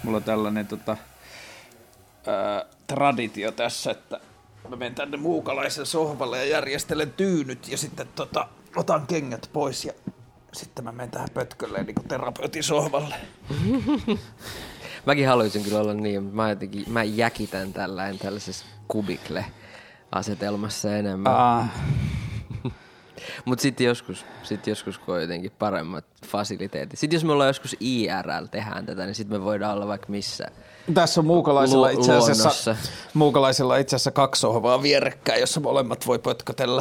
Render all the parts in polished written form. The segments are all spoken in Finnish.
mulla on tällainen traditio tässä, että mä menen tänne muukalaisen sohvalle ja järjestelen tyynyt ja sitten otan kengät pois ja sitten mä menen tähän pötkölleen niin kuin terapeutin sohvalle. Mäkin haluaisin kyllä olla niin, mä jäkitän tällaisessa kubikle-asetelmassa enemmän. Mutta sitten joskus kun on jotenkin paremmat fasiliteetit. Sitten jos me ollaan joskus IRL tehdään tätä, niin sitten me voidaan olla vaikka missä. Tässä on muukalaisella itse asiassa 2 sohvaa vierekkäin, jossa molemmat voi pötkötellä.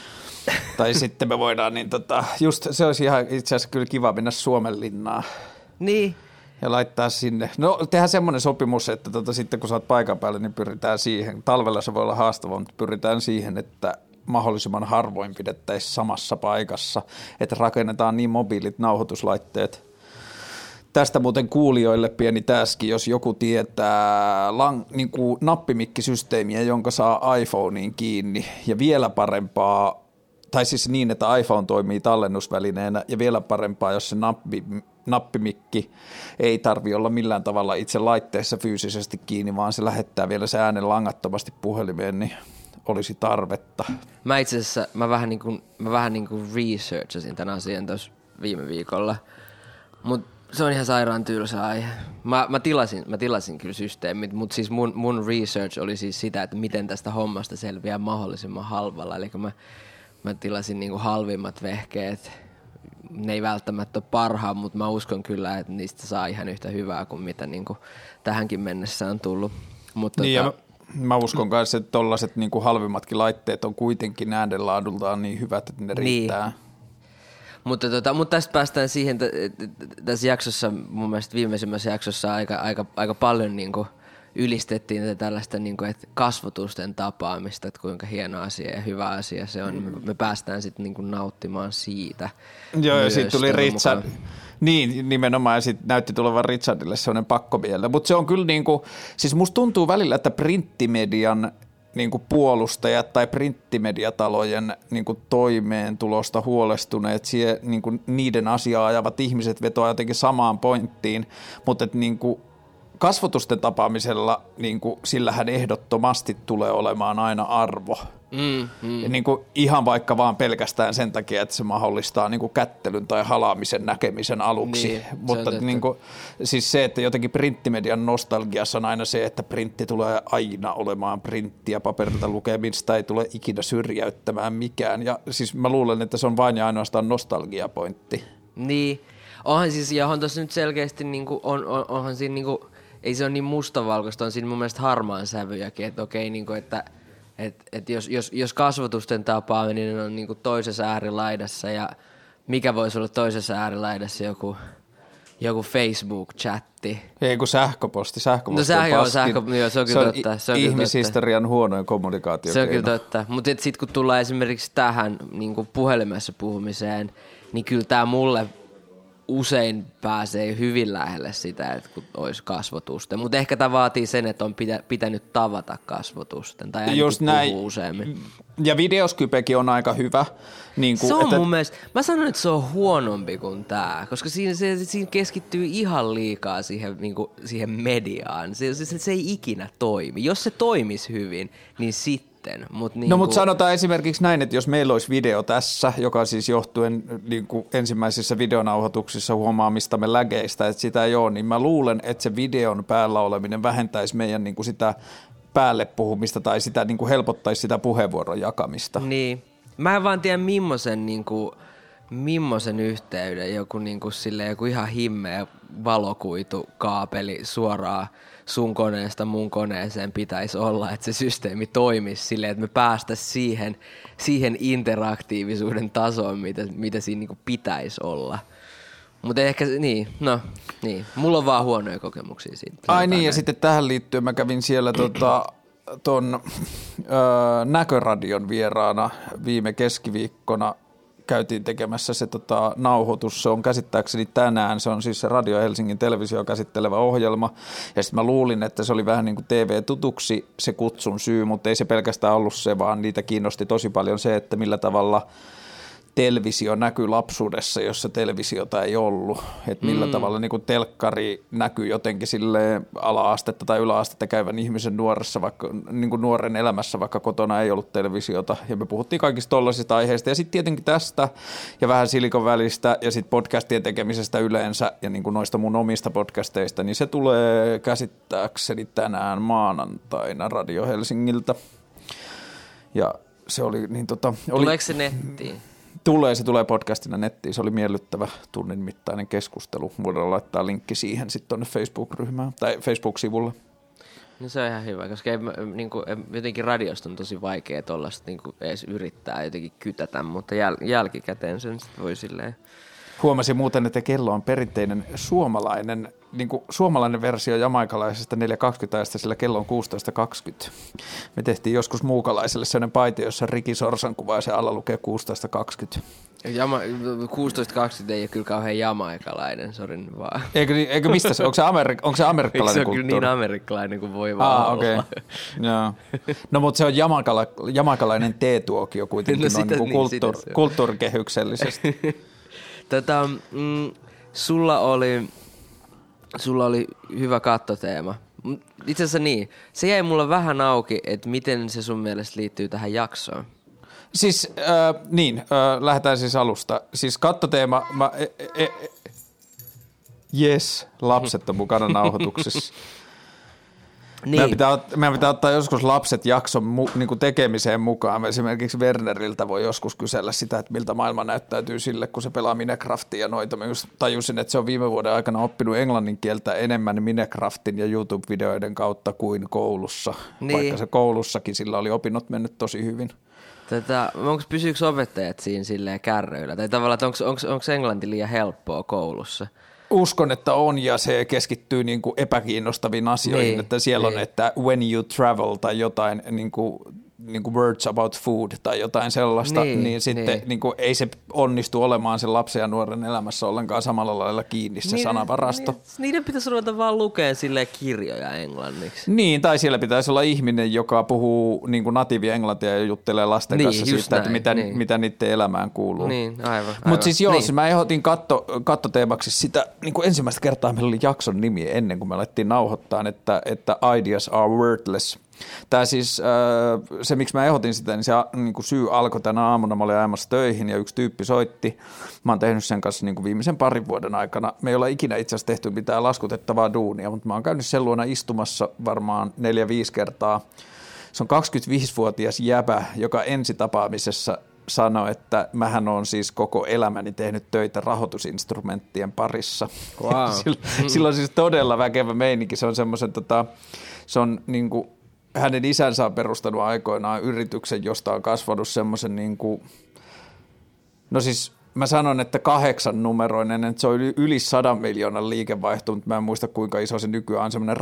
Tai sitten me voidaan, niin just se olisi ihan itse asiassa kyllä kiva mennä Suomenlinnaan. Niin. Ja laittaa sinne. No tehdään semmoinen sopimus, että sitten kun sä oot paikan päällä, niin pyritään siihen. Talvella se voi olla haastavaa, mutta pyritään siihen, että mahdollisimman harvoin pidettäisiin samassa paikassa, että rakennetaan niin mobiilit nauhoituslaitteet. Tästä muuten kuulijoille pieni täski, jos joku tietää niin kuin nappimikkisysteemiä, jonka saa iPhoneen kiinni ja vielä parempaa, tai siis niin, että iPhone toimii tallennusvälineenä ja vielä parempaa, jos se nappimikki ei tarvitse olla millään tavalla itse laitteessa fyysisesti kiinni, vaan se lähettää vielä se äänen langattomasti puhelimeen, niin olisi tarvetta. Mä itse asiassa, mä vähän niin kuin researchasin tämän asian tuossa viime viikolla, mutta se on ihan sairaan tylsä aihe. Mä tilasin kyllä systeemit, mutta siis mun research oli siis sitä, että miten tästä hommasta selviää mahdollisimman halvalla. Eli mä tilasin niinku halvimmat vehkeet. Ne ei välttämättä ole parhaan, mutta mä uskon kyllä, että niistä saa ihan yhtä hyvää kuin mitä niinku tähänkin mennessä on tullut. Niin mä uskon myös, että tollaiset niinku halvimmatkin laitteet on kuitenkin äänenlaadultaan niin hyvät, että ne riittää. Niin. Mutta tästä päästään siihen, tässä jaksossa, mun mielestä viimeisimmässä jaksossa aika paljon niinku ylistettiin tätä tällaista niinku, että kasvotusten tapaamista, että kuinka hieno asia ja hyvä asia se on. Me päästään sitten niinku nauttimaan siitä. Joo, ja sitten tuli Richard. Niin, nimenomaan, ja sitten näytti tulevan Richardille sellainen pakkomielle. Mutta se on kyllä niinku, siis musta tuntuu välillä, että printtimedian niinku puolustajat tai printtimediatalojen niinku toimeentulosta huolestuneet, niinku niiden asiaa ajavat ihmiset vetoaa jotenkin samaan pointtiin, mutta että niinku kasvotusten tapaamisella niinku, sillähän ehdottomasti tulee olemaan aina arvo. Ja niinku, ihan vaikka vaan pelkästään sen takia, että se mahdollistaa niinku, kättelyn tai halaamisen näkemisen aluksi. Niin, mutta niinku, siis se, että jotenkin printtimedian nostalgiassa on aina se, että printti tulee aina olemaan printtiä, paperilta lukemista ei tule ikinä syrjäyttämään mikään. Ja siis mä luulen, että se on vain ja ainoastaan nostalgiapointti. Niin, onhan siis, ja onhan tuossa nyt selkeästi, niinku, onhan siinä niinku, ei se ole niin mustavalkoista, on siinä mun mielestä harmaan sävyjäkin, että okei, niinku, että jos kasvotusten tapaaminen on niinku toisessa äärilaidassa ja mikä voisi olla toisessa äärilaidassa joku Facebook-chatti. Ei kun sähköposti. No se on kyllä totta. Se on ihmishistorian huonoin kommunikaatio. Se on kyllä totta, mutta sitten kun tullaan esimerkiksi tähän niinku puhelimessa puhumiseen, niin kyllä tämä mulle usein pääsee hyvin lähelle sitä, että kun olisi kasvotusten. Mutta ehkä tämä vaatii sen, että on pitänyt tavata kasvotusten tai ainakin puhua useammin. Ja videoskypekin on aika hyvä. Niin kuin, se on mun mielestä, mä sanon, että se on huonompi kuin tämä, koska siinä keskittyy ihan liikaa siihen mediaan. Se ei ikinä toimi. Jos se toimisi hyvin, niin sitten. Mutta sanotaan esimerkiksi näin, että jos meillä olisi video tässä, joka siis johtuen niin kuin ensimmäisissä videonauhoituksissa huomaamistamme lägeistä, että sitä ei ole, niin mä luulen, että se videon päällä oleminen vähentäisi meidän niin kuin sitä päälle puhumista tai sitä niin kuin helpottaisi sitä puheenvuoron jakamista. Niin. Mä en vaan tiedä millaisen yhteyden joku ihan himmeä valokuitukaapeli suoraan sun koneesta mun koneeseen pitäisi olla, että se systeemi toimisi silleen, että me päästäisiin siihen interaktiivisuuden tasoon, mitä siinä niinku pitäisi olla. Mutta ehkä, niin. Mulla on vaan huonoja kokemuksia siitä. Ai niin, ja sitten tähän liittyen mä kävin siellä ton Näköradion vieraana viime keskiviikkona. Käytiin tekemässä se nauhoitus, se on käsittääkseni tänään, se on siis se Radio Helsingin televisio käsittelevä ohjelma, ja sitten mä luulin, että se oli vähän niin kuin TV-tutuksi se kutsun syy, mutta ei se pelkästään ollut se, vaan niitä kiinnosti tosi paljon se, että millä tavalla televisio näkyy lapsuudessa, jossa televisiota ei ollut. Että millä tavalla niin kuin telkkari näkyy jotenkin sille ala-astetta tai yläastetta käyvän ihmisen nuoressa, vaikka, niin kuin nuoren elämässä, vaikka kotona ei ollut televisiota. Ja me puhuttiin kaikista tollaisista aiheista ja sitten tietenkin tästä ja vähän Silikon välistä ja sitten podcastien tekemisestä yleensä ja niin kuin noista mun omista podcasteista, niin se tulee käsittääkseni tänään maanantaina Radio Helsingiltä. Ja se oli niin Tuleeko se nettiin? Se tulee podcastina nettiin. Se oli miellyttävä tunnin mittainen keskustelu. Voidaan laittaa linkki siihen sitten tuonne Facebook-ryhmään tai Facebook-sivulle. No se on ihan hyvä, koska jotenkin radiosta on tosi vaikea tuollaista edes yrittää jotenkin kytätä, mutta jälkikäteen sen sitten voi silleen. Huomasin muuten, että kello on perinteinen suomalainen versio jamaikalaisesta 4.20 sillä kello on 16.20. Me tehtiin joskus muukalaiselle sellainen paita, jossa Riki Sorsan kuva ja se alla lukee 16.20. 16.20 ei ole kyllä kauhean jamaikalainen, sorin vaan. Eikö mistä se? Onko se amerikkalainen kulttuuri? Se on kyllä niin amerikkalainen kuin voi vaan olla. Okay. Joo. No mutta se on jamaikalainen teetuokio kuitenkin kulttuurikehyksellisesti. Sulla oli hyvä kattoteema. Itse asiassa niin. Se jäi mulla vähän auki, että miten se sun mielestä liittyy tähän jaksoon. Siis lähdetään siis alusta. Siis kattoteema, lapset on mukana nauhoituksessa. Niin. Meidän pitää ottaa joskus lapset jakson niinku tekemiseen mukaan. Esimerkiksi Werneriltä voi joskus kysellä sitä, että miltä maailma näyttäytyy sille, kun se pelaa Minecraftia ja noita. Mä just tajusin, että se on viime vuoden aikana oppinut englannin kieltä enemmän Minecraftin ja YouTube-videoiden kautta kuin koulussa. Niin. Vaikka se koulussakin sillä oli opinnot mennyt tosi hyvin. Pysyykö opettajat siinä silleen kärryillä? Tai tavallaan, onko englanti liian helppoa koulussa? Uskon, että on ja se keskittyy niin kuin epäkiinnostaviin asioihin, niin, että siellä on, että when you travel tai jotain niin kuin words about food tai jotain sellaista, niin sitten niin kuin ei se onnistu olemaan sen lapsen ja nuoren elämässä ollenkaan samalla lailla kiinni se sanavarasto. Niiden pitäisi ruveta vaan lukea silleen kirjoja englanniksi. Niin, tai siellä pitäisi olla ihminen, joka puhuu niin kuin natiivi englantia ja juttelee lasten kanssa siitä, näin, että mitä niiden elämään kuuluu. Niin, aivan. Mutta siis siis mä ehdotin kattoteemaksi sitä, niin kuin ensimmäistä kertaa meillä oli jakson nimi ennen kuin me alettiin nauhoittaa, että ideas are worthless. Tämä siis, se miksi mä ehdotin sitä, niin se niin kuin syy alkoi tänä aamuna. Mä olin ajamassa töihin ja yksi tyyppi soitti. Mä oon tehnyt sen kanssa niin kuin viimeisen parin vuoden aikana. Me ei olla ikinä itse asiassa tehty mitään laskutettavaa duunia, mutta mä oon käynyt sen luona istumassa varmaan 4-5 kertaa. Se on 25-vuotias jäbä, joka ensitapaamisessa sanoi, että mähän on siis koko elämäni tehnyt töitä rahoitusinstrumenttien parissa. Wow. Sillä on siis todella väkevä meininki. Se on semmoisen, se on niin kuin hänen isänsä on perustanut aikoinaan yrityksen, josta on kasvanut semmoisen niin kuin, no siis mä sanon, että 8-numeroinen, että se on yli 100 miljoonan liikevaihto, mutta mä en muista kuinka iso se nykyään on semmoinen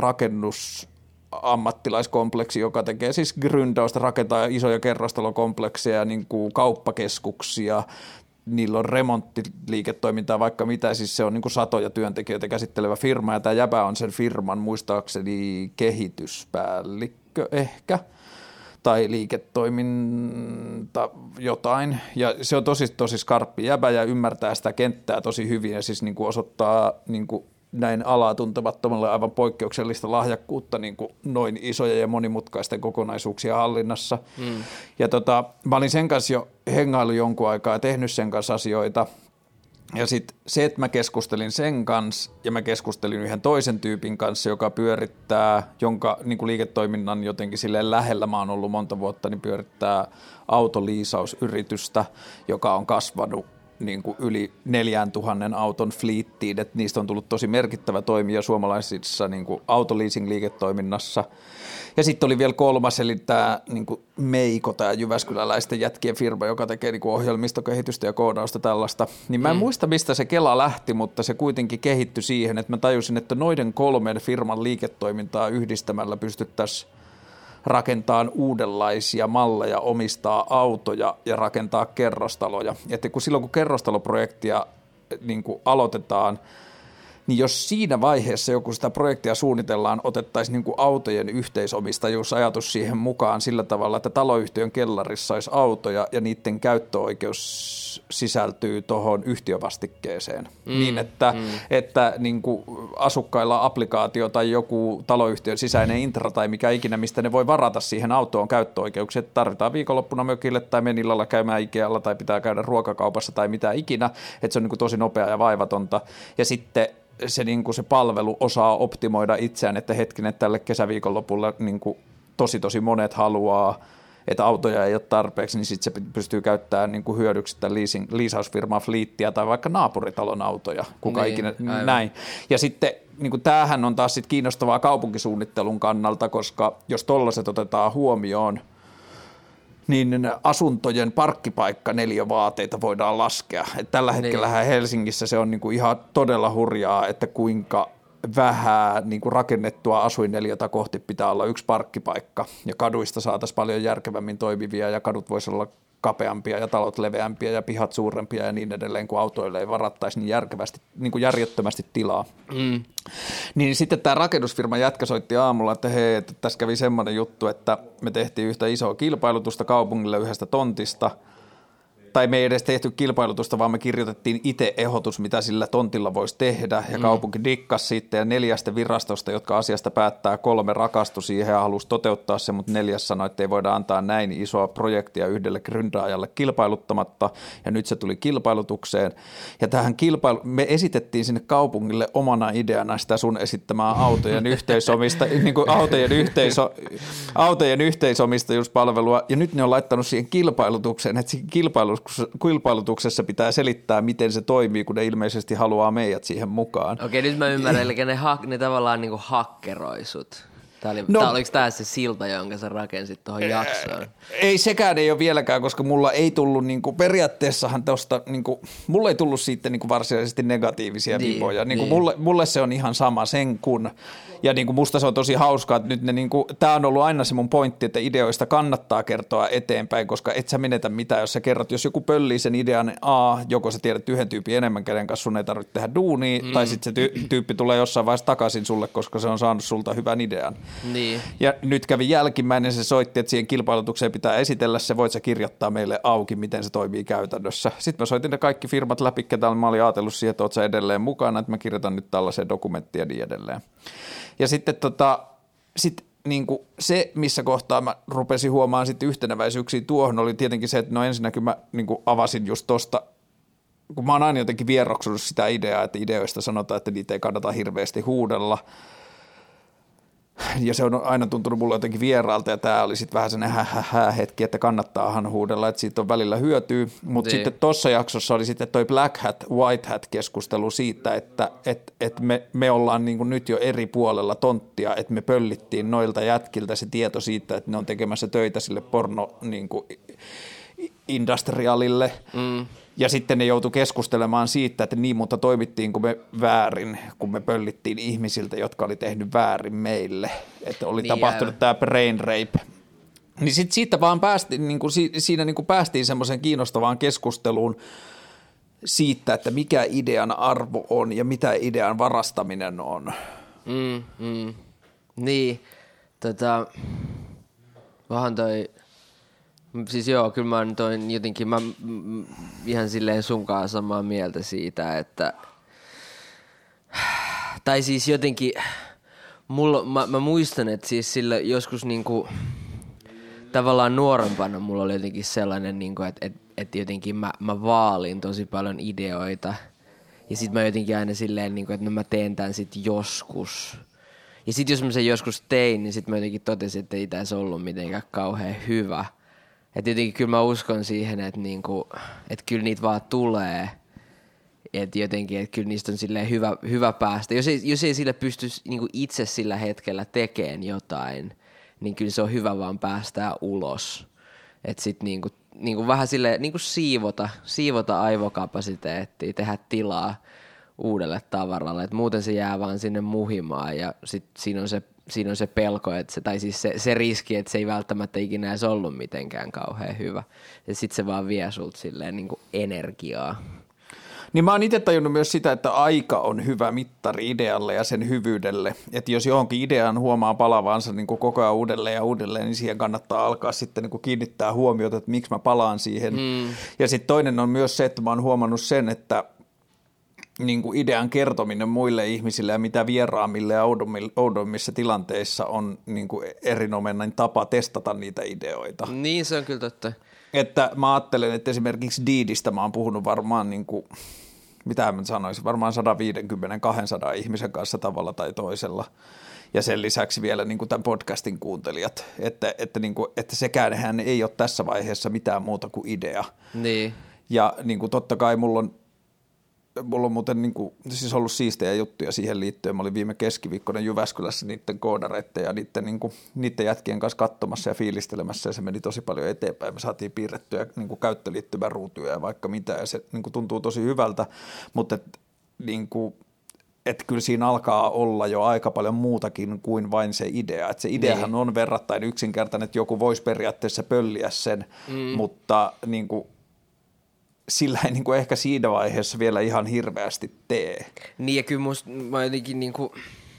rakennusammattilaiskompleksi, joka tekee siis gryndausta, rakentaa isoja kerrostalokomplekseja ja niin kuin kauppakeskuksia. Niillä on remonttiliiketoimintaa vaikka mitä, siis se on niin kuin satoja työntekijöitä käsittelevä firma ja tämä jäbä on sen firman muistaakseni kehityspäällikkö ehkä tai liiketoiminta jotain ja se on tosi skarppi jäbä ja ymmärtää sitä kenttää tosi hyvin ja siis niin kuin osoittaa niin kuin näin alaa tuntemattomalle aivan poikkeuksellista lahjakkuutta niin kuin noin isoja ja monimutkaisten kokonaisuuksia hallinnassa. Ja mä olin sen kanssa jo hengailu jonkun aikaa ja tehnyt sen kanssa asioita. Ja sitten se, että mä keskustelin sen kanssa ja mä keskustelin yhden toisen tyypin kanssa, joka pyörittää, jonka niin kuin liiketoiminnan jotenkin silleen lähellä mä oon ollut monta vuotta, niin pyörittää autoliisausyritystä, joka on kasvanut niin kuin yli 4,000 auton fliittiin, että niistä on tullut tosi merkittävä toimija suomalaisissa niin kuin autoleasing-liiketoiminnassa. Ja sitten oli vielä kolmas, eli tämä niin kuin Meiko, tämä jyväskyläläisten jätkien firma, joka tekee niin kuin ohjelmistokehitystä ja koodausta tällaista. Niin mä en muista, mistä se Kela lähti, mutta se kuitenkin kehittyi siihen, että mä tajusin, että noiden 3 firman liiketoimintaa yhdistämällä pystyttäisiin rakentaa uudenlaisia malleja, omistaa autoja ja rakentaa kerrostaloja. Että silloin kun kerrostaloprojektia niin kuin aloitetaan, niin jos siinä vaiheessa joku sitä projektia suunnitellaan, otettaisiin niin kuin autojen yhteisomistajuusajatus siihen mukaan sillä tavalla, että taloyhtiön kellarissa olisi autoja ja niiden käyttöoikeus sisältyy tuohon yhtiövastikkeeseen. Niin, että niin kuin asukkailla on applikaatio tai joku taloyhtiön sisäinen intra tai mikä ikinä, mistä ne voi varata siihen autoon käyttöoikeuksia, että tarvitaan viikonloppuna mökille tai menillalla käymään Ikealla tai pitää käydä ruokakaupassa tai mitä ikinä, että se on niin kuin tosi nopea ja vaivatonta. Ja sitten se, niin kuin se palvelu osaa optimoida itseään, että hetkinen tälle kesäviikonlopulle niin kuin tosi monet haluaa, että autoja ei ole tarpeeksi, niin sitten se pystyy käyttämään niin kuin hyödyksi sitä liisausfirmaa Fleettiä tai vaikka naapuritalon autoja, kuka niin, ikinä aivan. Näin. Ja sitten niin kuin tämähän on taas sit kiinnostavaa kaupunkisuunnittelun kannalta, koska jos tollaiset otetaan huomioon, niin asuntojen parkkipaikka neliövaateita voidaan laskea. Et tällä hetkellähän Helsingissä se on niin kuin ihan todella hurjaa, että kuinka vähän niin kuin rakennettua asuinneliötä kohti pitää olla yksi parkkipaikka ja kaduista saataisiin paljon järkevämmin toimivia ja kadut voisi olla kapeampia ja talot leveämpiä ja pihat suurempia ja niin edelleen, kun autoille ei varattaisi niin kuin järjettömästi tilaa. Niin sitten tämä rakennusfirman jätkä soitti aamulla, että hei, että tässä kävi semmoinen juttu, että me tehtiin yhtä isoa kilpailutusta kaupungille yhdestä tontista, tai me ei edes tehty kilpailutusta, vaan me kirjoitettiin itse ehdotus, mitä sillä tontilla voisi tehdä, ja kaupunki dikkasi sitten, ja 4 virastosta, jotka asiasta päättää, 3 rakastui siihen ja halusi toteuttaa se, mutta 4 sanoi, että ei voida antaa näin isoa projektia yhdelle gründaajalle kilpailuttamatta, ja nyt se tuli kilpailutukseen, ja tähän me esitettiin sinne kaupungille omana ideana sitä sun esittämää niin kuin autojen yhteisomistajuuspalvelua, ja nyt ne on laittanut siihen kilpailutukseen, että kilpailutuksessa pitää selittää, miten se toimii, kun ne ilmeisesti haluaa meidät siihen mukaan. Okei, nyt mä ymmärrän, eli ne tavallaan niinku hakkeroi sut. Oliko tämä se silta, jonka sä rakensit tuohon jaksoon? Ei, sekään ei ole vieläkään, koska mulla ei tullut, niinku, periaatteessahan tuosta, niinku, mulla ei tullut siitä niinku varsinaisesti negatiivisia vipoja. Mulle se on ihan sama sen kun. Ja niinku musta se on tosi hauskaa, että nyt tämä on ollut aina se mun pointti, että ideoista kannattaa kertoa eteenpäin, koska et sä menetä mitään, jos sä kerrot. Jos joku pöllii sen idean, joko sä tiedät yhden tyypin enemmän, kenen kanssa sun ei tarvitse tehdä duunia, tai sitten se tyyppi tulee jossain vaiheessa takaisin sulle, koska se on saanut sulta hyvän idean. Niin. Ja nyt kävi jälkimmäinen, se soitti, että siihen kilpailutukseen pitää esitellä se, voit sä kirjoittaa meille auki, miten se toimii käytännössä. Sitten mä soitin ne kaikki firmat läpi, ketä mä olin ajatellut siihen, että oot sä edelleen mukana, että mä kirjoitan nyt tällaiseen dokumenttiin ja niin edelleen. Ja sitten niinku se, missä kohtaa mä rupesin huomaamaan sitten yhteneväisyyksiä tuohon, oli tietenkin se, että no ensinnäkin mä niinku avasin just tosta, kun mä oon aina jotenkin vieroksunut sitä ideaa, että ideoista sanotaan, että niitä ei kannata hirveästi huudella. Ja se on aina tuntunut mulle jotenkin vieraalta, ja tämä oli sitten vähän sellainen hetki, että kannattaahan huudella, että siitä on välillä hyötyä. Mutta sitten tuossa jaksossa oli sitten toi Black Hat, White Hat-keskustelu siitä, että me ollaan niin kuin nyt jo eri puolella tonttia, että me pöllittiin noilta jätkiltä se tieto siitä, että ne on tekemässä töitä sille porno-industrialille. Ja sitten ne joutui keskustelemaan siitä, että niin, mutta toimittiinko me väärin, kun me pöllittiin ihmisiltä, jotka oli tehnyt väärin meille. Että oli tapahtunut tämä brain rape. Niin sitten siitä vaan päästiin, niin kuin siinä niin kuin päästiin semmoiseen kiinnostavaan keskusteluun siitä, että mikä idean arvo on ja mitä idean varastaminen on. Niin, vähän toi... Siis joo, kyllä mä toin jotenkin, mä ihan silleen sunkaan samaa mieltä siitä, että tai siis jotenkin, mä muistan, että siis sillä joskus niinku tavallaan nuorempana mulla oli jotenkin sellainen, niinku, että jotenkin mä vaalin tosi paljon ideoita ja sit mä jotenkin aina silleen, niinku, että no mä teen tän sit joskus. Ja sit jos mä sen joskus tein, niin sit mä jotenkin totesin, että ei tässä ollut mitenkään kauhean hyvä. Että jotenkin kyllä mä uskon siihen, että kyllä niitä vaan tulee. Että jotenkin, että kyllä niistä on silleen hyvä päästä. Jos ei sille pysty niinku itse sillä hetkellä tekemään jotain, niin kyllä se on hyvä vaan päästää ulos. Että sit niinku vähän silleen niinku siivota aivokapasiteettia, tehdä tilaa uudelle tavaralle. Että muuten se jää vaan sinne muhimaan ja sit siinä on se pelko, että tai siis se riski, että se ei välttämättä ikinä edes ollut mitenkään kauhean hyvä. Ja sitten se vaan vie sulta silleen niin kuin energiaa. Niin mä oon itse tajunnut myös sitä, että aika on hyvä mittari idealle ja sen hyvyydelle. Että jos johonkin ideaan huomaa palavaansa niin kuin koko ajan uudelleen ja uudelleen, niin siihen kannattaa alkaa sitten niin kuin kiinnittää huomiota, että miksi mä palaan siihen. Ja sitten toinen on myös se, että mä oon huomannut sen, että niin kuin idean kertominen muille ihmisille ja mitä vieraammille ja oudommissa tilanteissa on niin kuin erinomainen tapa testata niitä ideoita. Niin, se on kyllä totta. Että mä ajattelen, että esimerkiksi Deedistä mä oon puhunut varmaan, niin kuin, mitä mä sanoisin, varmaan 150-200 ihmisen kanssa tavalla tai toisella. Ja sen lisäksi vielä niin kuin tämän podcastin kuuntelijat, että sekäänhän ei ole tässä vaiheessa mitään muuta kuin idea. Niin. Ja niin kuin totta kai mulla on muuten niin kuin, siis ollut siistejä juttuja siihen liittyen. Mä olin viime keskiviikkona Jyväskylässä niiden koodareiden ja niiden jätkien kanssa katsomassa ja fiilistelemässä, ja se meni tosi paljon eteenpäin. Me saatiin piirrettyä niin kuin käyttöliittymäruutuja ja vaikka mitä, ja se niin kuin tuntuu tosi hyvältä, mutta että kyllä siinä alkaa olla jo aika paljon muutakin kuin vain se idea. Että se ideahan on verrattain yksinkertainen, että joku voisi periaatteessa pölliä sen, mutta niin kuin sillä ei niin kuin ehkä siinä vaiheessa vielä ihan hirveästi tee. Niin, ja kyllä mä jotenkin niinku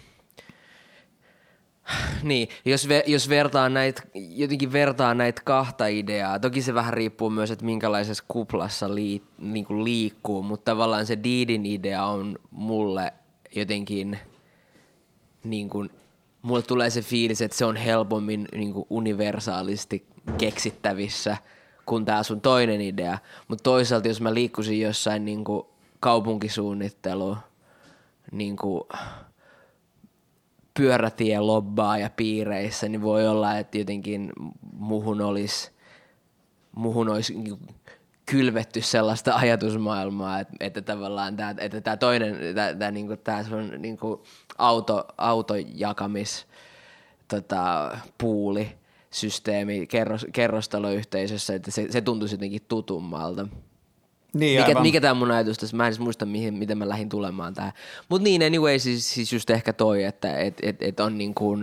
niin, jos vertaa näitä kahta ideaa, toki se vähän riippuu myös, että minkälaisessa kuplassa niinku liikkuu, mutta tavallaan se Deedin idea on mulle jotenkin, niinku, mulle tulee se fiilis, että se on helpommin niinku universaalisti keksittävissä kuin tää sun toinen idea, mutta toisaalta jos mä liikkuisin jossain niinku kaupunkisuunnittelu, niinku pyörätie lobbaa ja piireissä, niin voi olla, että jotenkin muhun olisi kylvetty sellaista ajatusmaailmaa, että tavallaan tämä toinen, tämä niinku autojakamis puuli systeemi kerrostaloyhteisössä, että se tuntuisi jotenkin tutummalta. Niin, mikä tämä mun ajatus tässä? Mä en muista, miten mä lähdin tulemaan tähän. Mutta niin, anyway, siis just ehkä toi, että on niin kuin,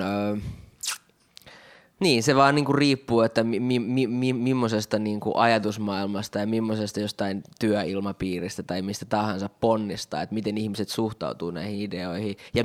niin, se vaan niin kuin riippuu, että millaisesta niin kuin ajatusmaailmasta ja millaisesta jostain työilmapiiristä tai mistä tahansa ponnistaa, että miten ihmiset suhtautuu näihin ideoihin ja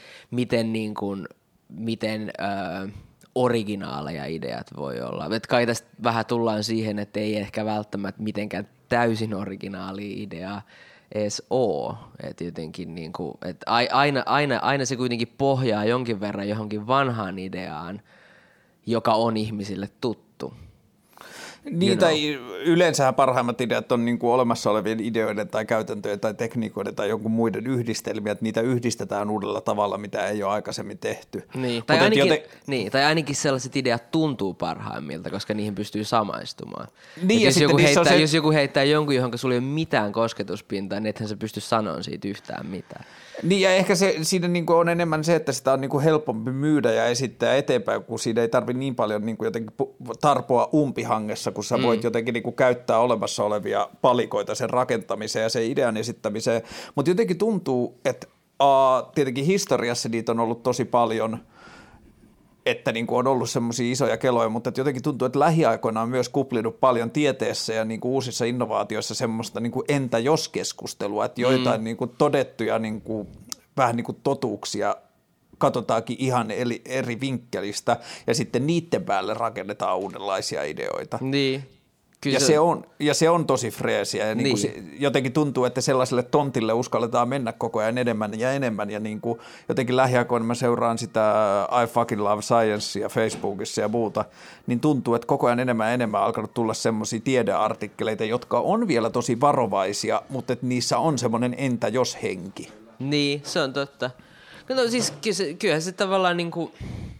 miten originaaleja ideat voi olla. Et kai tästä vähän tullaan siihen, että ei ehkä välttämättä mitenkään täysin originaali idea edes ole. Että jotenkin niinku, että aina se kuitenkin pohjaa jonkin verran johonkin vanhaan ideaan, joka on ihmisille tuttu. Niin, tai yleensähän parhaimmat ideat on niin kuin olemassa olevien ideoiden tai käytäntöjen tai tekniikoiden tai jonkun muiden yhdistelmiä, että niitä yhdistetään uudella tavalla, mitä ei ole aikaisemmin tehty. Niin, tai ainakin sellaiset ideat tuntuu parhaimmilta, koska niihin pystyy samaistumaan. Niin, jos joku heittää jonkun, johon sulla ei ole mitään kosketuspintaa, niin ethän sä pysty sanomaan siitä yhtään mitään. Niin, ja ehkä siinä niin kuin on enemmän se, että sitä on niin kuin helpompi myydä ja esittää eteenpäin, kun siinä ei tarvitse niin paljon niin kuin jotenkin tarpoa umpihangessa, kun sä voit jotenkin niin kuin käyttää olemassa olevia palikoita sen rakentamiseen ja sen idean esittämiseen. Mutta jotenkin tuntuu, että tietenkin historiassa niitä on ollut tosi paljon, että niin kuin on ollut semmoisia isoja keloja, mutta että jotenkin tuntuu, että lähiaikoina on myös kuplinut paljon tieteessä ja niin kuin uusissa innovaatioissa semmoista niin kuin entä jos -keskustelua, että joitain niin kuin todettuja niin kuin, vähän niin kuin totuuksia katsotaankin ihan eri vinkkelistä ja sitten niiden päälle rakennetaan uudenlaisia ideoita. Niin. Ja se on tosi freesiä ja niin kuin jotenkin tuntuu, että sellaiselle tontille uskalletaan mennä koko ajan enemmän ja niin kuin jotenkin lähiaikoina mä seuraan sitä I fucking love sciencea Facebookissa ja muuta, niin tuntuu, että koko ajan enemmän on alkanut tulla semmoisia tiedeartikkeleita, jotka on vielä tosi varovaisia, mutta että niissä on semmoinen entä jos -henki. Niin, se on totta. No siis kyllähän se tavallaan niin kuin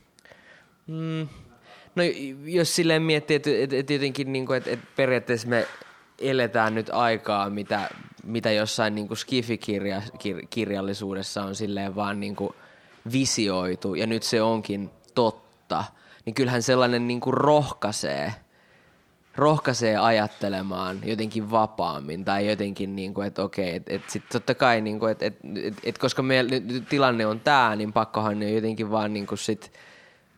no jos silleen miettii, että jotenkin niinku, että periaatteessa me eletään nyt aikaa, mitä jossain niinku skifi-kirjallisuudessa on silleen vaan niinku visioitu ja nyt se onkin totta, niin kyllähän sellainen niinku rohkaisee ajattelemaan jotenkin vapaammin tai jotenkin niinku, että okei, että sitten totta kai niinku, että koska meillä tilanne on tää, niin pakkohan ne jotenkin vaan niinku sit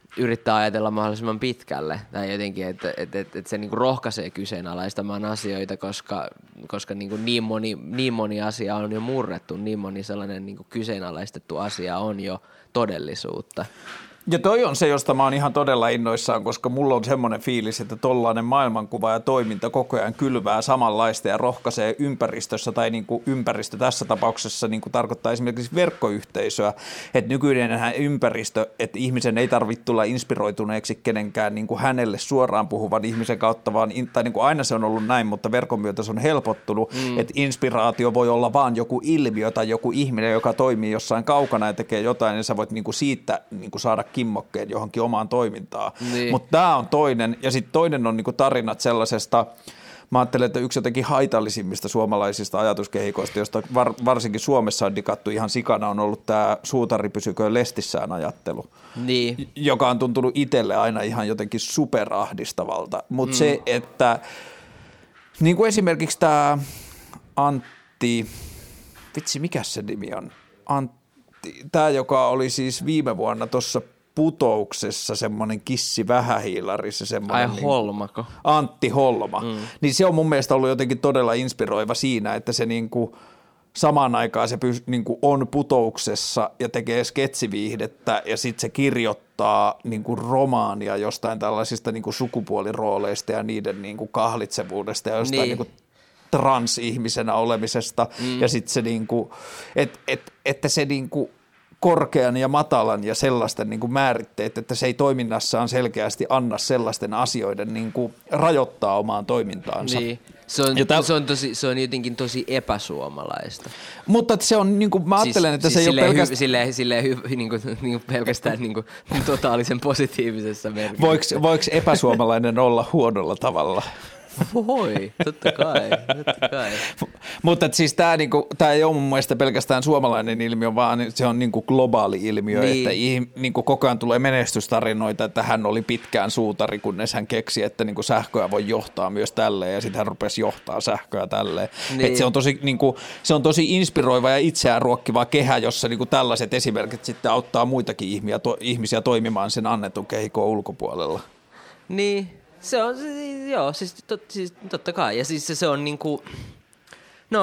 yrittää ajatella mahdollisimman pitkälle tai jotenkin, että se niinku rohkaisee kyseenalaistamaan asioita, koska niinku niin moni asia on jo murrettu, niin moni sellainen niinku kyseenalaistettu asia on jo todellisuutta. Ja toi on se, josta mä oon ihan todella innoissaan, koska mulla on semmoinen fiilis, että tollainen maailmankuva ja toiminta koko ajan kylvää samanlaista ja rohkaisee ympäristössä tai niin kuin ympäristö tässä tapauksessa niin kuin tarkoittaa esimerkiksi verkkoyhteisöä, että nykyinenhän ympäristö, että ihmisen ei tarvitse tulla inspiroituneeksi kenenkään niin kuin hänelle suoraan puhuvan ihmisen kautta, vaan tai niin kuin aina se on ollut näin, mutta verkon myötä se on helpottunut, että inspiraatio voi olla vaan joku ilmiö tai joku ihminen, joka toimii jossain kaukana ja tekee jotain, ja sä voit niin kuin siitä niin kuin saada kimmokkeen johonkin omaan toimintaan. Niin. Mutta tämä on toinen, ja sitten toinen on niinku tarinat sellaisesta, mä ajattelen, että yksi jotenkin haitallisimmista suomalaisista ajatuskehikoista, josta varsinkin Suomessa on dikattu ihan sikana, on ollut tämä suutari pysyköön lestissään ajattelu, niin. Joka on tuntunut itselle aina ihan jotenkin superahdistavalta. Mutta se, että niin kuin esimerkiksi tämä Antti, vitsi mikä se nimi on, tämä, joka oli siis viime vuonna tuossa Putouksessa semmoinen kissi vähähiilari, se semmoinen Holmako. Antti Holma, niin se on mun mielestä ollut jotenkin todella inspiroiva siinä, että se niinku samaan aikaan se niinku on Putouksessa ja tekee sketsiviihdettä ja sitten se kirjoittaa niinku romaania jostain tällaisista niinku sukupuolirooleista ja niiden niinku kahlitsevuudesta ja jostain niinku transihmisenä olemisesta ja sitten se niinku, että se niinku korkean ja matalan ja sellaisten niin kuin määritteet, että se ei toiminnassaan selkeästi anna sellaisten asioiden niin kuin rajoittaa omaan toimintaansa. Niin. Se on jotenkin tosi epäsuomalaista. Mutta se on, niin kuin, mä ajattelen, että se ei ole pelkästään niin pelkästään niin kuin, totaalisen positiivisessa merkityksessä. Voiko epäsuomalainen olla huonolla tavalla? Voi, totta kai. Mutta siis tämä ei ole mun mielestä pelkästään suomalainen ilmiö, vaan se on niinku globaali ilmiö, niin. Että niinku koko ajan tulee menestystarinoita, että hän oli pitkään suutari, kunnes hän keksi, että niinku sähköä voi johtaa myös tälleen, ja sitten hän rupesi johtaa sähköä tälleen. Niin. Et se on tosi inspiroiva ja itseään ruokkiva kehä, jossa niinku tällaiset esimerkit sitten auttaa muitakin ihmisiä toimimaan sen annetun kehikon ulkopuolella. Niin. Se on, joo, siis totta kai. Ja siis se on niinku, no,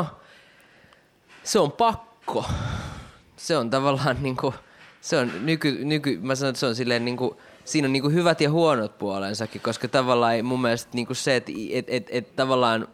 se on pakko. Se on tavallaan niinku, se on mä sanon, että se on silleen niinku, siinä on niinku hyvät ja huonot puolensakin, koska tavallaan mun mielestä niinku se, että tavallaan,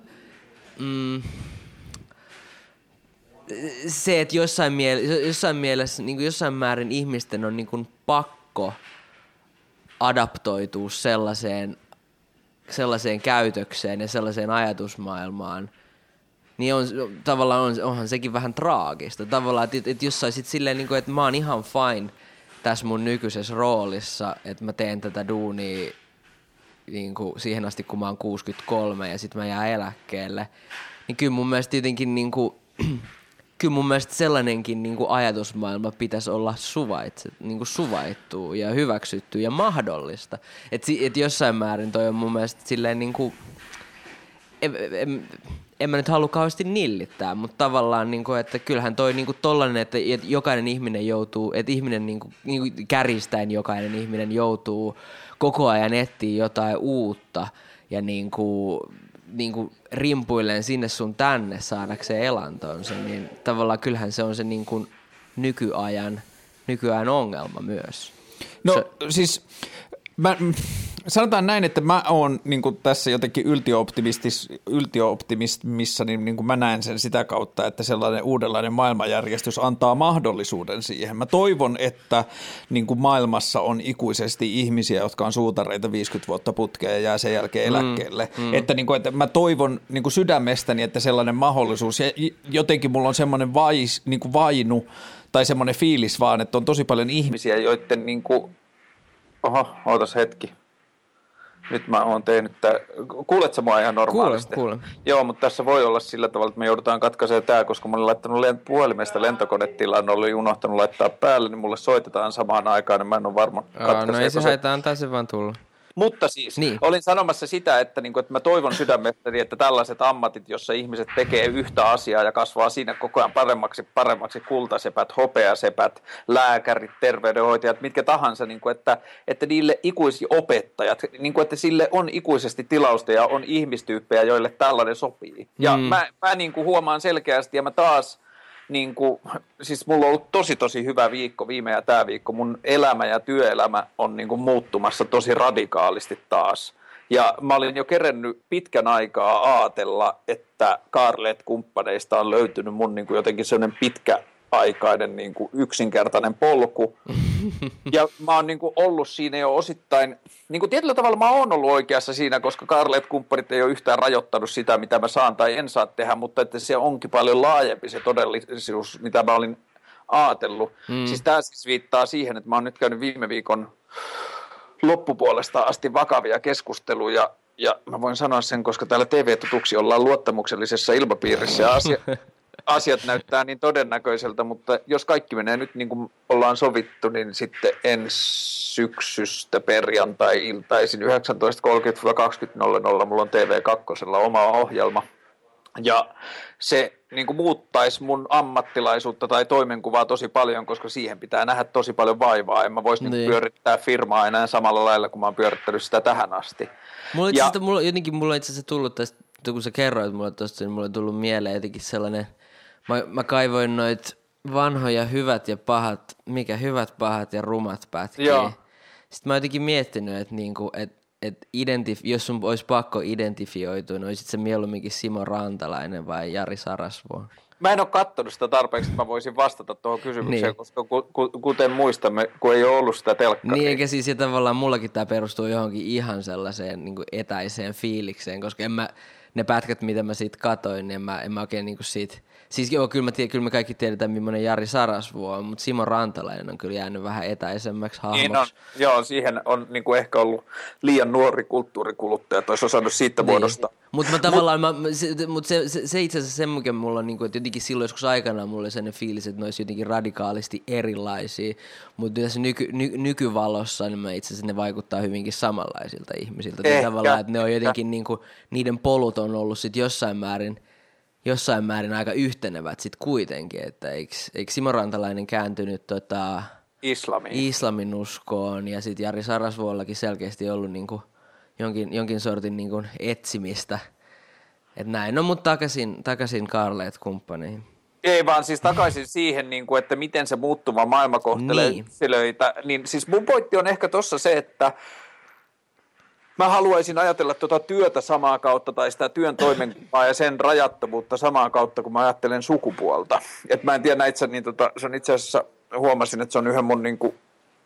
se, että jossain mielessä, niinku jossain määrin ihmisten on niinku pakko adaptoitua sellaiseen käytökseen ja sellaiseen ajatusmaailmaan, niin onhan sekin vähän traagista. Tavallaan, että jos saisit silleen, niin kuin, että mä oon ihan fine tässä mun nykyisessä roolissa, että mä teen tätä duunia niin kuin siihen asti, kun mä oon 63 ja sit mä jään eläkkeelle, niin kyllä mun mielestä jotenkin kyllä mun mielestä sellainenkin niin kuin ajatusmaailma pitäisi olla suvaittu ja hyväksytty ja mahdollista. Et jossain määrin toi on mun mielestä silleen niin kuin, en mä nyt halua kauheasti nillittää, mutta tavallaan, niin kuin, että kyllähän toi niin kuin tollainen, että jokainen ihminen joutuu, että ihminen niin kuin kärjistäen jokainen ihminen joutuu koko ajan etsiä jotain uutta ja niin kuin rimpuilleen sinne sun tänne saadakseen elantonsa, niin tavallaan kyllähän se on se niin kuin nykyään ongelma myös. No siis sanotaan näin, että mä oon niin kuin tässä jotenkin yltiöoptimissa, niin kuin mä näen sen sitä kautta, että sellainen uudenlainen maailmanjärjestys antaa mahdollisuuden siihen. Mä toivon, että niin kuin maailmassa on ikuisesti ihmisiä, jotka on suutareita 50 vuotta putkeen ja jää sen jälkeen eläkkeelle. Että, niin kuin, että mä toivon niin kuin sydämestäni, että sellainen mahdollisuus, ja jotenkin mulla on semmoinen niin kuin vainu tai semmoinen fiilis vaan, että on tosi paljon ihmisiä, joiden niin kuin ootas hetki. Nyt mä oon tehnyt kuuletko mua ihan normaalisti? Kuulen. Joo, mutta tässä voi olla sillä tavalla, että me joudutaan katkaisemaan tää, koska mä olen laittanut puhelimesta lentokonetilaan, oli unohtanut laittaa päälle, niin mulle soitetaan samaan aikaan, niin mä en ole varma No ei se haittaa, antaa se vaan tulla. Mutta siis Niin. olin sanomassa sitä, että, niin kuin, että mä toivon sydämestäni, että tällaiset ammatit, jossa ihmiset tekee yhtä asiaa ja kasvaa siinä koko ajan paremmaksi kultasepät, hopeasepät, lääkärit, terveydenhoitajat, mitkä tahansa, niin kuin, että niille opettajat, niin kuin, että sille on ikuisesti tilausta ja on ihmistyyppejä, joille tällainen sopii. Ja mä niin kuin huomaan selkeästi ja mä taas niin kuin, siis mulla on ollut tosi hyvä viikko viime ja tämä viikko. Mun elämä ja työelämä on niin kuin muuttumassa tosi radikaalisti taas. Ja mä olin jo kerennyt pitkän aikaa ajatella, että Carlet-kumppaneista on löytynyt mun niin kuin jotenkin sellainen pitkäaikainen niin kuin yksinkertainen polku. Ja mä oon niin kuin ollut siinä jo osittain, niin kuin tietyllä tavalla mä oon ollut oikeassa siinä, koska Carlet-kumppanit ei ole yhtään rajoittanut sitä, mitä mä saan tai en saa tehdä, mutta että se onkin paljon laajempi se todellisuus, mitä mä olin ajatellut. Siis tää siis viittaa siihen, että mä oon nyt käynyt viime viikon loppupuolesta asti vakavia keskusteluja, ja mä voin sanoa sen, koska täällä TV-tutuksi ollaan luottamuksellisessa ilmapiirissä, ja asiat näyttää niin todennäköiseltä, mutta jos kaikki menee nyt niin kuin ollaan sovittu, niin sitten ensi syksystä perjantai-iltaisin 19.30-20.00 mulla on TV2 oma ohjelma. Ja se niin kuin muuttaisi mun ammattilaisuutta tai toimenkuvaa tosi paljon, koska siihen pitää nähdä tosi paljon vaivaa. En mä voisi niin pyörittää firmaa enää samalla lailla, kun mä oon pyörittänyt sitä tähän asti. Mulla on itse asiassa tullut tästä, kun sä kerroit mulle tuosta, niin mulla on tullut mieleen jotenkin sellainen, mä kaivoin noit vanhoja hyvät ja pahat, hyvät, pahat ja rumat pätkiä. Joo. Sitten mä oon jotenkin miettinyt, että niinku, jos sun olisi pakko identifioitua, niin olisit se mieluumminkin Simo Rantalainen vai Jari Sarasvuo? Mä en ole katsonut sitä tarpeeksi, että mä voisin vastata tuohon kysymykseen, niin. Koska kuten muistamme, kun ei ole ollut sitä telkkaria. Niin, eikä siis ja tavallaan mullakin tämä perustuu johonkin ihan sellaiseen niin kuin etäiseen fiilikseen, koska ne pätkät, mitä mä siitä katoin, niin en mä oikein niin kuin siitä. Siis joo, kyllä me kaikki tiedetään, millainen Jari Sarasvuo on, mutta Simo Rantalainen on kyllä jäänyt vähän etäisemmäksi hahmoksi. Niin on, joo, siihen on niin kuin ehkä ollut liian nuori kulttuurikuluttaja, että olisi osannut siitä muodostaa. Mutta mä tavallaan, se itse asiassa se, mikä mulla on, niin kuin, että jotenkin silloin joskus aikanaan mulla oli sellainen fiilis, että ne olisi jotenkin radikaalisti erilaisia, mutta tässä nykyvalossa niin itse asiassa ne vaikuttaa hyvinkin samanlaisilta ihmisiltä. Tavallaan, että ne on jotenkin, niin kuin, niiden polut on ollut sitten jossain määrin aika yhtenevät sitten kuitenkin, että eikö Simo Rantalainen kääntynyt islamin uskoon ja sitten Jari Sarasvuollakin selkeästi ollut niinku jonkin sortin niinku etsimistä. Että näin, no mutta takaisin Carlet-kumppaniin. Ei vaan siis takaisin siihen, että miten se muuttuva maailma kohtelee yksilöitä. Niin siis mun pointti on ehkä tuossa se, että mä haluaisin ajatella tuota työtä samaa kautta tai sitä työn toimenkuvaa ja sen rajattomuutta samaa kautta, kun mä ajattelen sukupuolta. Et mä en tiedä itse, niin se on itse asiassa, huomasin, että se on yhden mun niinku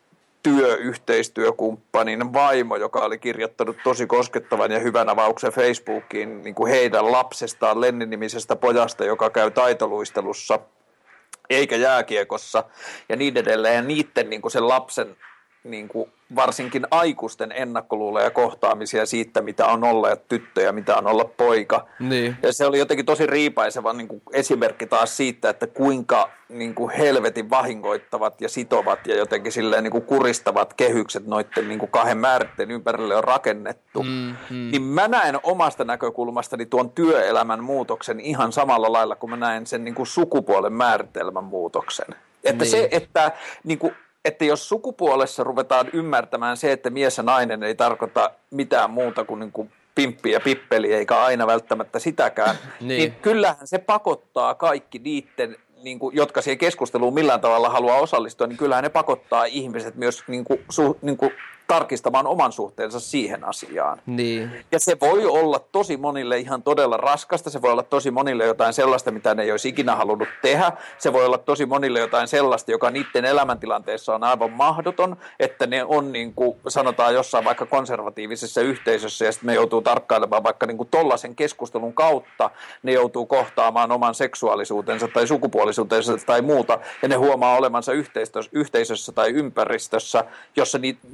työyhteistyökumppanin vaimo, joka oli kirjoittanut tosi koskettavan ja hyvän avauksen Facebookiin niin kuin heidän lapsestaan, Lenni-nimisestä pojasta, joka käy taitoluistelussa eikä jääkiekossa ja niin edelleen. Ja niiden niin kuin sen lapsen niin kuin varsinkin aikuisten ennakkoluuloja kohtaamisia siitä, mitä on olla tyttö ja mitä on olla poika. Niin. Ja se oli jotenkin tosi riipaiseva niin kuin esimerkki taas siitä, että kuinka niin kuin helvetin vahingoittavat ja sitovat ja jotenkin silleen niin kuin kuristavat kehykset noiden niin kuin kahden määritteen ympärille on rakennettu. Niin mä näen omasta näkökulmastani tuon työelämän muutoksen ihan samalla lailla kuin mä näen sen niin kuin sukupuolen määritelmän muutoksen. Että niin. se, että niin kuin että jos sukupuolessa ruvetaan ymmärtämään se, että mies ja nainen ei tarkoita mitään muuta kuin, pimppi ja pippeli, eikä aina välttämättä sitäkään, niin kyllähän se pakottaa kaikki niiden, jotka siihen keskusteluun millään tavalla haluaa osallistua, niin kyllähän ne pakottaa ihmiset myös tarkistamaan oman suhteensa siihen asiaan. Niin. Ja se voi olla tosi monille ihan todella raskasta, se voi olla tosi monille jotain sellaista, mitä ne ei olisi ikinä halunnut tehdä, se voi olla tosi monille jotain sellaista, joka niiden elämäntilanteessa on aivan mahdoton, että ne on niin kuin sanotaan jossain vaikka konservatiivisessa yhteisössä ja sitten ne joutuu tarkkailemaan vaikka niin kuin tollaisen keskustelun kautta, ne joutuu kohtaamaan oman seksuaalisuutensa tai sukupuolisuutensa tai muuta ja ne huomaa olevansa yhteisössä tai ympäristössä, jossa niille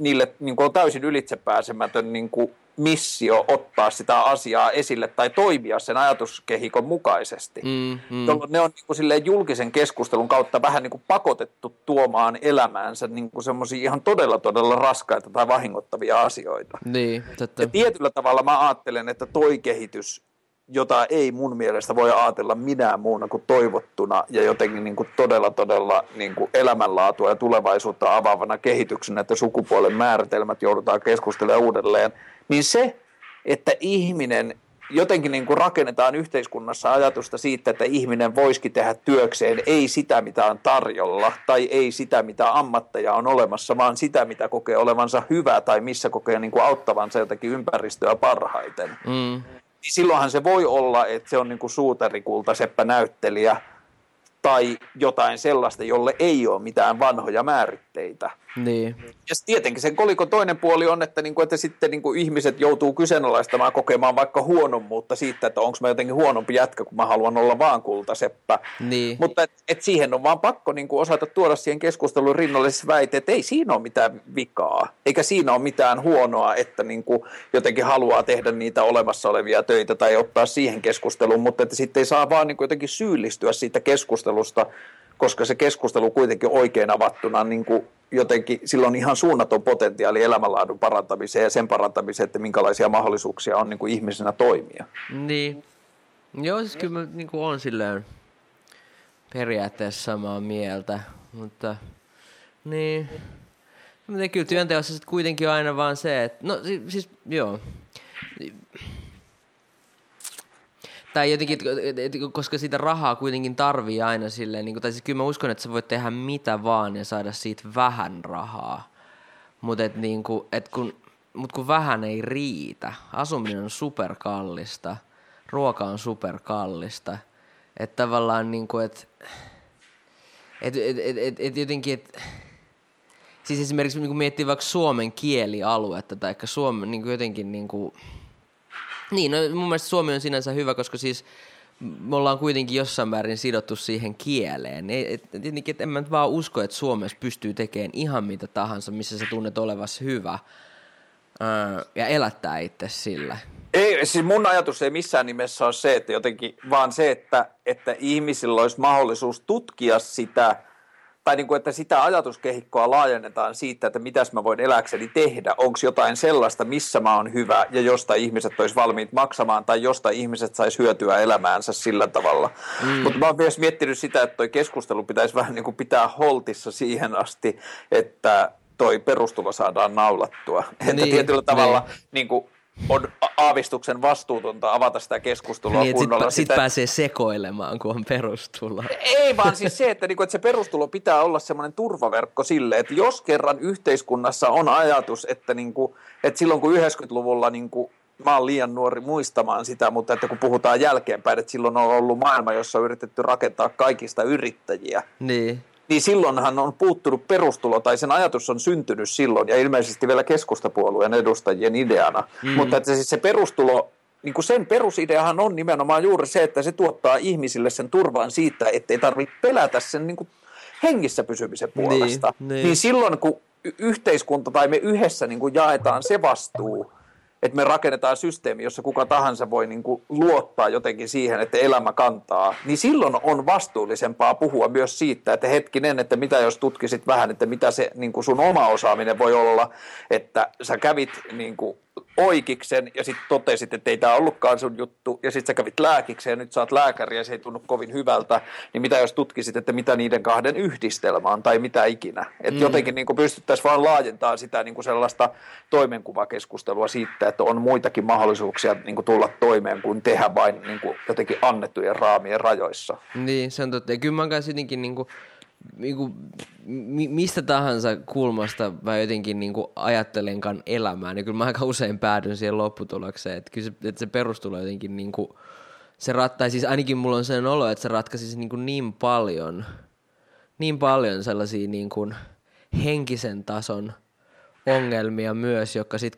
niin kuin on täysin ylitsepääsemätön niin kuin missio ottaa sitä asiaa esille tai toimia sen ajatuskehikon mukaisesti, jolloin ne on niin kuin silleen julkisen keskustelun kautta vähän niin kuin pakotettu tuomaan elämäänsä niin kuin semmoisia ihan todella, todella raskaita tai vahingoittavia asioita. Niin, totta. Ja tietyllä tavalla mä ajattelen, että toi kehitys, jota ei mun mielestä voi ajatella minään muuna kuin toivottuna ja jotenkin niin kuin todella, todella niin kuin elämänlaatua ja tulevaisuutta avaavana kehityksenä, että sukupuolen määritelmät joudutaan keskustelemaan uudelleen, niin se, että ihminen jotenkin niin kuin rakennetaan yhteiskunnassa ajatusta siitä, että ihminen voisikin tehdä työkseen ei sitä, mitä on tarjolla tai ei sitä, mitä ammatteja on olemassa, vaan sitä, mitä kokee olevansa hyvää tai missä kokee niin kuin auttavansa jotakin ympäristöä parhaiten. Niin silloinhan se voi olla, että se on niin kuin suutarikulta seppä-näyttelijä tai jotain sellaista, jolle ei ole mitään vanhoja määritteitä. Niin. Ja tietenkin sen kolikon toinen puoli on, että, että sitten ihmiset joutuu kyseenalaistamaan kokemaan vaikka huonommuutta siitä, että onko mä jotenkin huonompi jätkä, kun mä haluan olla vaan kultaseppä. Niin. Mutta et siihen on vaan pakko osata tuoda siihen keskustelun rinnalle siis väite, että ei siinä ole mitään vikaa, eikä siinä ole mitään huonoa, että jotenkin haluaa tehdä niitä olemassa olevia töitä tai ottaa siihen keskusteluun, mutta että sitten ei saa vaan jotenkin syyllistyä siitä keskustelusta, koska se keskustelu kuitenkin oikein avattuna jotenkin sillä on ihan suunnaton potentiaali elämänlaadun parantamiseen ja sen parantamiseen, että minkälaisia mahdollisuuksia on ihmisenä toimia. Niin. Joo, siis kyllä mä on silleen periaatteessa samaa mieltä, mutta niin. Mutta kyllä työnteossa sitten kuitenkin on aina vaan se, että no siis joo. Tai jotenkin, koska sitä rahaa kuitenkin tarvii aina silleen, tai siis kyllä mä uskon, että sä voit tehdä mitä vaan ja saada siitä vähän rahaa. Mutta kun vähän ei riitä. Asuminen on superkallista, ruoka on superkallista. Että tavallaan jotenkin, siis esimerkiksi miettii vaikka Suomen kielialuetta tai Suomen jotenkin niin, no mun mielestä Suomi on sinänsä hyvä, koska siis me ollaan kuitenkin jossain määrin sidottu siihen kieleen. En mä nyt vaan usko, että Suomessa pystyy tekemään ihan mitä tahansa, missä sä tunnet olevasi hyvä ja elättää itse sillä. Ei, siis mun ajatus ei missään nimessä ole se, että jotenkin, vaan se, että ihmisillä olisi mahdollisuus tutkia sitä, tai että sitä ajatuskehikkoa laajennetaan siitä, että mitäs mä voin eläkseni tehdä, onko jotain sellaista, missä mä oon hyvä ja josta ihmiset olisi valmiit maksamaan tai josta ihmiset sais hyötyä elämäänsä sillä tavalla. Mutta mä oon myös miettinyt sitä, että toi keskustelu pitäisi vähän pitää holtissa siihen asti, että toi perustulo saadaan naulattua. Että tietyllä tavalla on aavistuksen vastuutonta avata sitä keskustelua niin, kunnolla. Sit pääsee sekoilemaan, kun on perustulo. Ei vaan siis se, että se perustulo pitää olla semmoinen turvaverkko sille, että jos kerran yhteiskunnassa on ajatus, että silloin kun 90-luvulla mä oon liian nuori muistamaan sitä, mutta että kun puhutaan jälkeenpäin, että silloin on ollut maailma, jossa on yritetty rakentaa kaikista yrittäjiä. Niin silloinhan on puuttunut perustulo, tai sen ajatus on syntynyt silloin, ja ilmeisesti vielä keskustapuolueen edustajien ideana. Mutta että siis se perustulo, sen perusideahan on nimenomaan juuri se, että se tuottaa ihmisille sen turvan siitä, ettei tarvitse pelätä sen hengissä pysymisen puolesta. Niin silloin, kun yhteiskunta tai me yhdessä jaetaan se vastuu, että me rakennetaan systeemi, jossa kuka tahansa voi luottaa jotenkin siihen, että elämä kantaa, niin silloin on vastuullisempaa puhua myös siitä, että hetkinen, että mitä jos tutkisit vähän, että mitä se sun oma osaaminen voi olla, että sä kävit oikiksen ja sitten totesit, että ei tämä ollutkaan sun juttu, ja sitten sä kävit lääkiksen ja nyt sä oot lääkäri ja se ei tunnu kovin hyvältä, niin mitä jos tutkisit, että mitä niiden kahden yhdistelmä on tai mitä ikinä. Että jotenkin pystyttäisiin vaan laajentamaan sitä sellaista toimenkuvakeskustelua siitä, että on muitakin mahdollisuuksia tulla toimeen kuin tehdä vain jotenkin annettujen raamien rajoissa. Niin, se on totta. Ja kyllä mä kanssa jotenkin mistä tahansa kulmasta mä jotenkin ajattelenkaan elämään, niin kyllä mä aika usein päädyn siihen lopputulokseen, että kyllä se perustulo jotenkin se siis ainakin mulla on sen olo, että se ratkaisisi niin paljon sellaisia henkisen tason ongelmia myös, jotka sit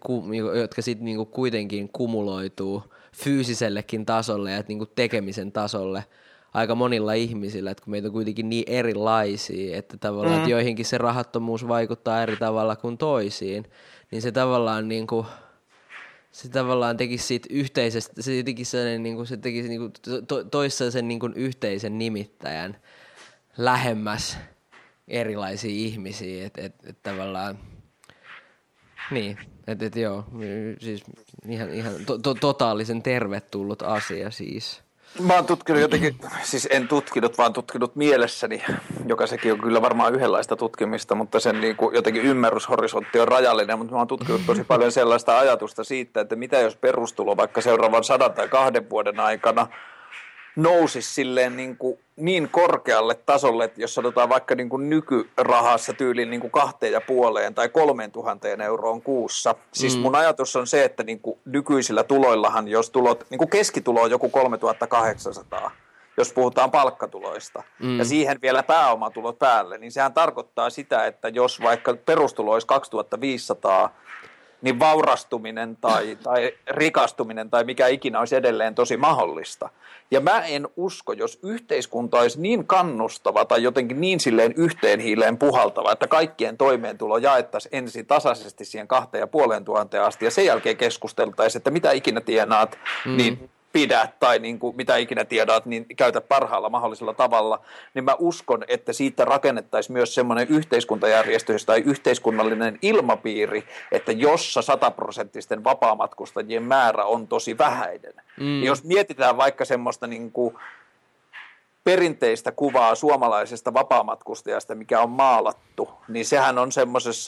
kuitenkin kumuloituu fyysisellekin tasolle ja tekemisen tasolle aika monilla ihmisillä, että kun meitä on kuitenkin niin erilaisia, että tavallaan että joihinkin se rahattomuus vaikuttaa eri tavalla kuin toisiin, niin se tavallaan niinku se tavallaan tekisi siitä yhteisestä, se tekisi sellainen niinku se tekisi niinku toissaisen niinku yhteisen nimittäjän lähemmäs erilaisia ihmisiä, että tavallaan niin, että joo, siis ihan totaalisen tervetullut asia siis. Mä oon tutkinut jotenkin, siis en tutkinut, vaan tutkinut mielessäni, joka sekin on kyllä varmaan yhdenlaista tutkimista, mutta sen niin kuin jotenkin ymmärryshorisontti on rajallinen, mutta mä oon tutkinut tosi paljon sellaista ajatusta siitä, että mitä jos perustulo vaikka seuraavan 100 tai 2 vuoden aikana nousisi silleen niin korkealle tasolle, että jos sanotaan vaikka niin kuin nykyrahassa tyyliin niin kuin 2,5 tai 3 000 euroon kuussa. Siis mun ajatus on se, että niin kuin nykyisillä tuloillahan, jos tulot, niin kuin keskitulo on joku 3,800, jos puhutaan palkkatuloista, ja siihen vielä pääomatulot päälle, niin sehän tarkoittaa sitä, että jos vaikka perustulo olisi 2,500, niin vaurastuminen tai rikastuminen tai mikä ikinä olisi edelleen tosi mahdollista. Ja mä en usko, jos yhteiskunta olisi niin kannustava tai jotenkin niin silleen yhteen hiileen puhaltava, että kaikkien toimeentulo jaettaisiin ensin tasaisesti siihen 2,500 asti ja sen jälkeen keskusteltaisiin, että mitä ikinä tienaat, niin pidä tai niin kuin mitä ikinä tiedät, niin käytä parhaalla mahdollisella tavalla, niin mä uskon, että siitä rakennettaisiin myös semmoinen yhteiskuntajärjestys tai yhteiskunnallinen ilmapiiri, että jossa 100% vapaamatkustajien määrä on tosi vähäinen. Ja jos mietitään vaikka semmoista niin kuin perinteistä kuvaa suomalaisesta vapaamatkustajasta, mikä on maalattu, niin sehän on semmoisessa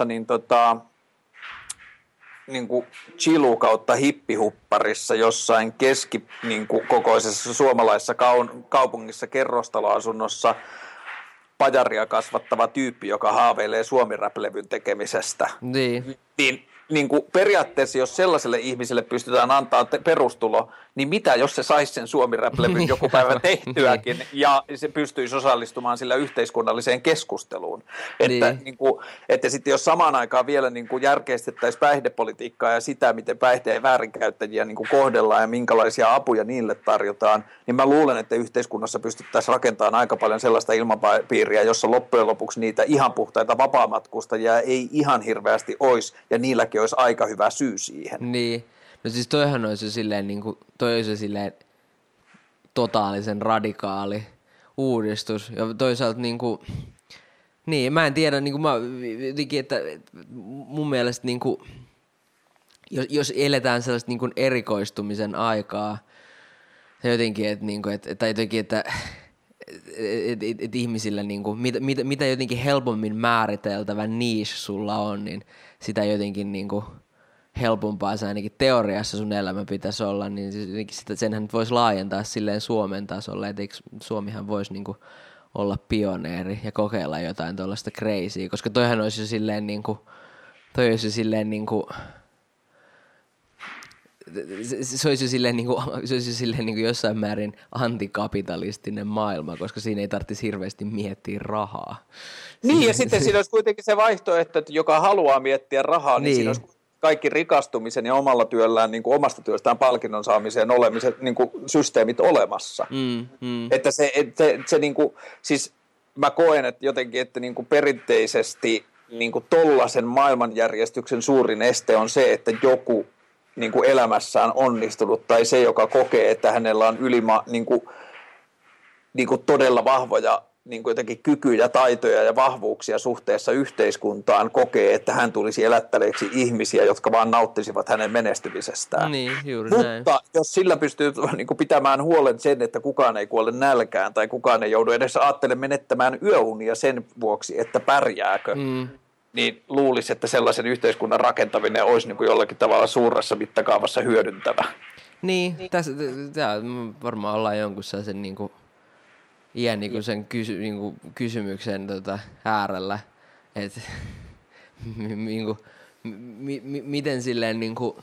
niin kuin chilu kautta hippihupparissa jossain keskikokoisessa suomalaisessa kaupungissa kerrostaloasunnossa pajaria kasvattava tyyppi, joka haaveilee suomi-rap-levyn tekemisestä. Niin kuin periaatteessa, jos sellaiselle ihmiselle pystytään antaa perustulo, niin mitä jos se saisi sen Suomi-rap-levyn joku päivä tehtyäkin ja se pystyisi osallistumaan sillä yhteiskunnalliseen keskusteluun. Että sitten jos samaan aikaan vielä niin kuin järkeistettäisiin päihdepolitiikkaa ja sitä, miten päihdeen väärinkäyttäjiä niin kuin kohdellaan ja minkälaisia apuja niille tarjotaan, niin mä luulen, että yhteiskunnassa pystyttäisiin rakentamaan aika paljon sellaista ilmapiiriä, jossa loppujen lopuksi niitä ihan puhtaita vapaamatkustajia ei ihan hirveästi olisi ja niilläkin olisi aika hyvä syy siihen. Niin. No siis toihan olisi jo silleen, niin kuin, toi olisi jo silleen totaalisen radikaali uudistus. Ja toisaalta niin kuin, niin mä en tiedä, niin kuin mä jotenkin, että mun mielestä niin kuin, jos eletään sellaista niin kuin erikoistumisen aikaa, jotenkin, että, niin kuin, tai jotenkin, että ihmisillä, niin kuin, mitä jotenkin helpommin määriteltävä niche sulla on, niin sitä jotenkin niin kuin helpompaa se ainakin teoriassa sun elämä pitäisi olla, niin senhän nyt voisi laajentaa silleen Suomen tasolle, että Suomihan voisi niin kuin olla pioneeri ja kokeilla jotain tuollaista crazyä, koska toihan olisi jo silleen niin kuin, se olisi jo silleen niin kuin jossain määrin antikapitalistinen maailma, koska siinä ei tarvitsisi hirveästi miettiä rahaa. Niin, ja sitten siinä olisi kuitenkin se vaihtoehto, että joka haluaa miettiä rahaa, niin siinä olisi kaikki rikastumisen ja omalla työllään, niin kuin omasta työstään palkinnon saamiseen olemiset niin kuin systeemit olemassa. Että se niin kuin, siis mä koen, että jotenkin, että niin kuin perinteisesti niin kuin tollaisen maailmanjärjestyksen suurin este on se, että joku niin kuin elämässään onnistunut tai se, joka kokee, että hänellä on niin kuin todella vahvoja niin kuin jotenkin kykyjä, taitoja ja vahvuuksia suhteessa yhteiskuntaan, kokee, että hän tulisi elättäneeksi ihmisiä, jotka vaan nauttisivat hänen menestymisestään. Niin, juuri mutta näin. jos sillä pystyy niin kuin pitämään huolen sen, että kukaan ei kuole nälkään tai kukaan ei joudu edes ajattelemaan menettämään yöunia sen vuoksi, että pärjääkö, niin luulisi, että sellaisen yhteiskunnan rakentaminen olisi niin kuin jollakin tavalla suuressa mittakaavassa hyödyntävä. Niin, tässä varmaan ollaan jonkun sellaisen niin kuin iän niin kuin sen kysymyksen äärellä, että miten silleen niin kuin,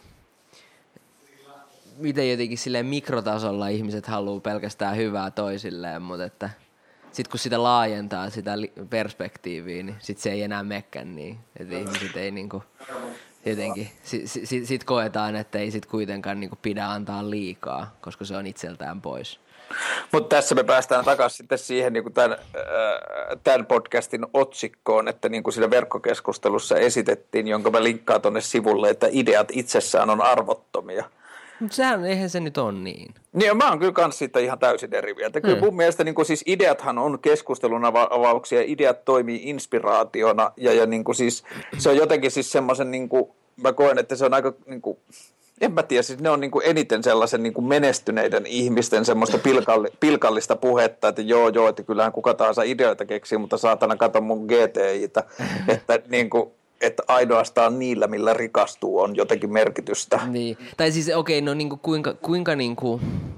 miten jotenkin silleen mikrotasolla ihmiset haluaa pelkästään hyvää toisilleen, mutta että sitten kun sitä laajentaa sitä perspektiiviä, niin sit se ei enää mekään niin, että ihmiset ei niinku jotenkin, sit koetaan, että ei sit kuitenkaan niinku pidä antaa liikaa, koska se on itseltään pois. Mutta tässä me päästään takaisin sitten siihen niin kuin tämän podcastin otsikkoon, että niin kuin siinä verkkokeskustelussa esitettiin, jonka mä linkkaan tuonne sivulle, että ideat itsessään on arvottomia. Mutta eihän se nyt ole niin. Niin, mä oon kyllä kans siitä ihan täysin eri mieltä. Kyllä mun mielestä niin kuin siis ideathan on keskustelun avauksia, ideat toimii inspiraationa ja niin kuin siis se on jotenkin siis semmoisen, niin kuin, mä koen, että se on aika, niin kuin, en mä tiedä, siis ne on niin kuin eniten sellaisen niin kuin menestyneiden ihmisten semmoista pilkallista puhetta, että joo, että kyllähän kuka tahansa ideoita keksii, mutta saatana kato mun GTI:tä, että niin kuin, että ainoastaan niillä, millä rikastuu, on jotenkin merkitystä. Niin. Tai siis okei, no niinku kuinka niinku,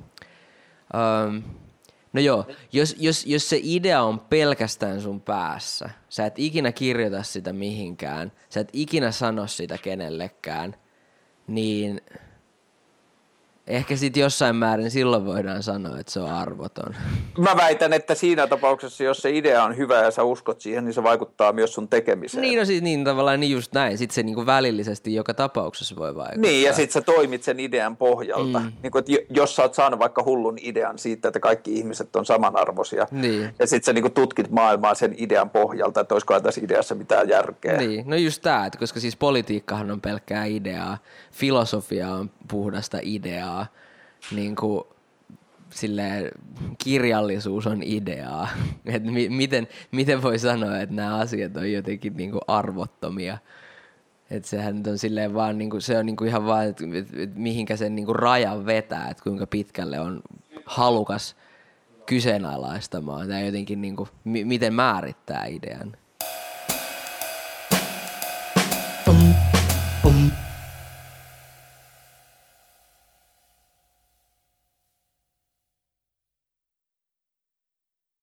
no joo, jos se idea on pelkästään sun päässä, sä et ikinä kirjoita sitä mihinkään, sä et ikinä sano sitä kenellekään, niin ehkä sitten jossain määrin silloin voidaan sanoa, että se on arvoton. Mä väitän, että siinä tapauksessa, jos se idea on hyvä ja sä uskot siihen, niin se vaikuttaa myös sun tekemiseen. Niin, no siis niin tavallaan niin just näin. Sitten se niinku välillisesti joka tapauksessa voi vaikuttaa. Niin, ja sitten sä toimit sen idean pohjalta. Niin kuin, että jos sä oot saanut vaikka hullun idean siitä, että kaikki ihmiset on samanarvoisia, niin. Ja sitten sä niinku tutkit maailmaa sen idean pohjalta, että olisiko tässä ideassa mitään järkeä. Niin, no just tää, että koska siis politiikkahan on pelkkää ideaa, filosofia on puhdasta ideaa, niin kuin silleen kirjallisuus on ideaa, että miten voi sanoa, että nämä asiat on jotenkin niin kuin arvottomia, että sehän on silleen vaan, niin kuin, se on niin kuin ihan vaan, että mihinkä sen niin kuin rajan vetää, että kuinka pitkälle on halukas kyseenalaistamaan tai jotenkin niin kuin, miten määrittää idean.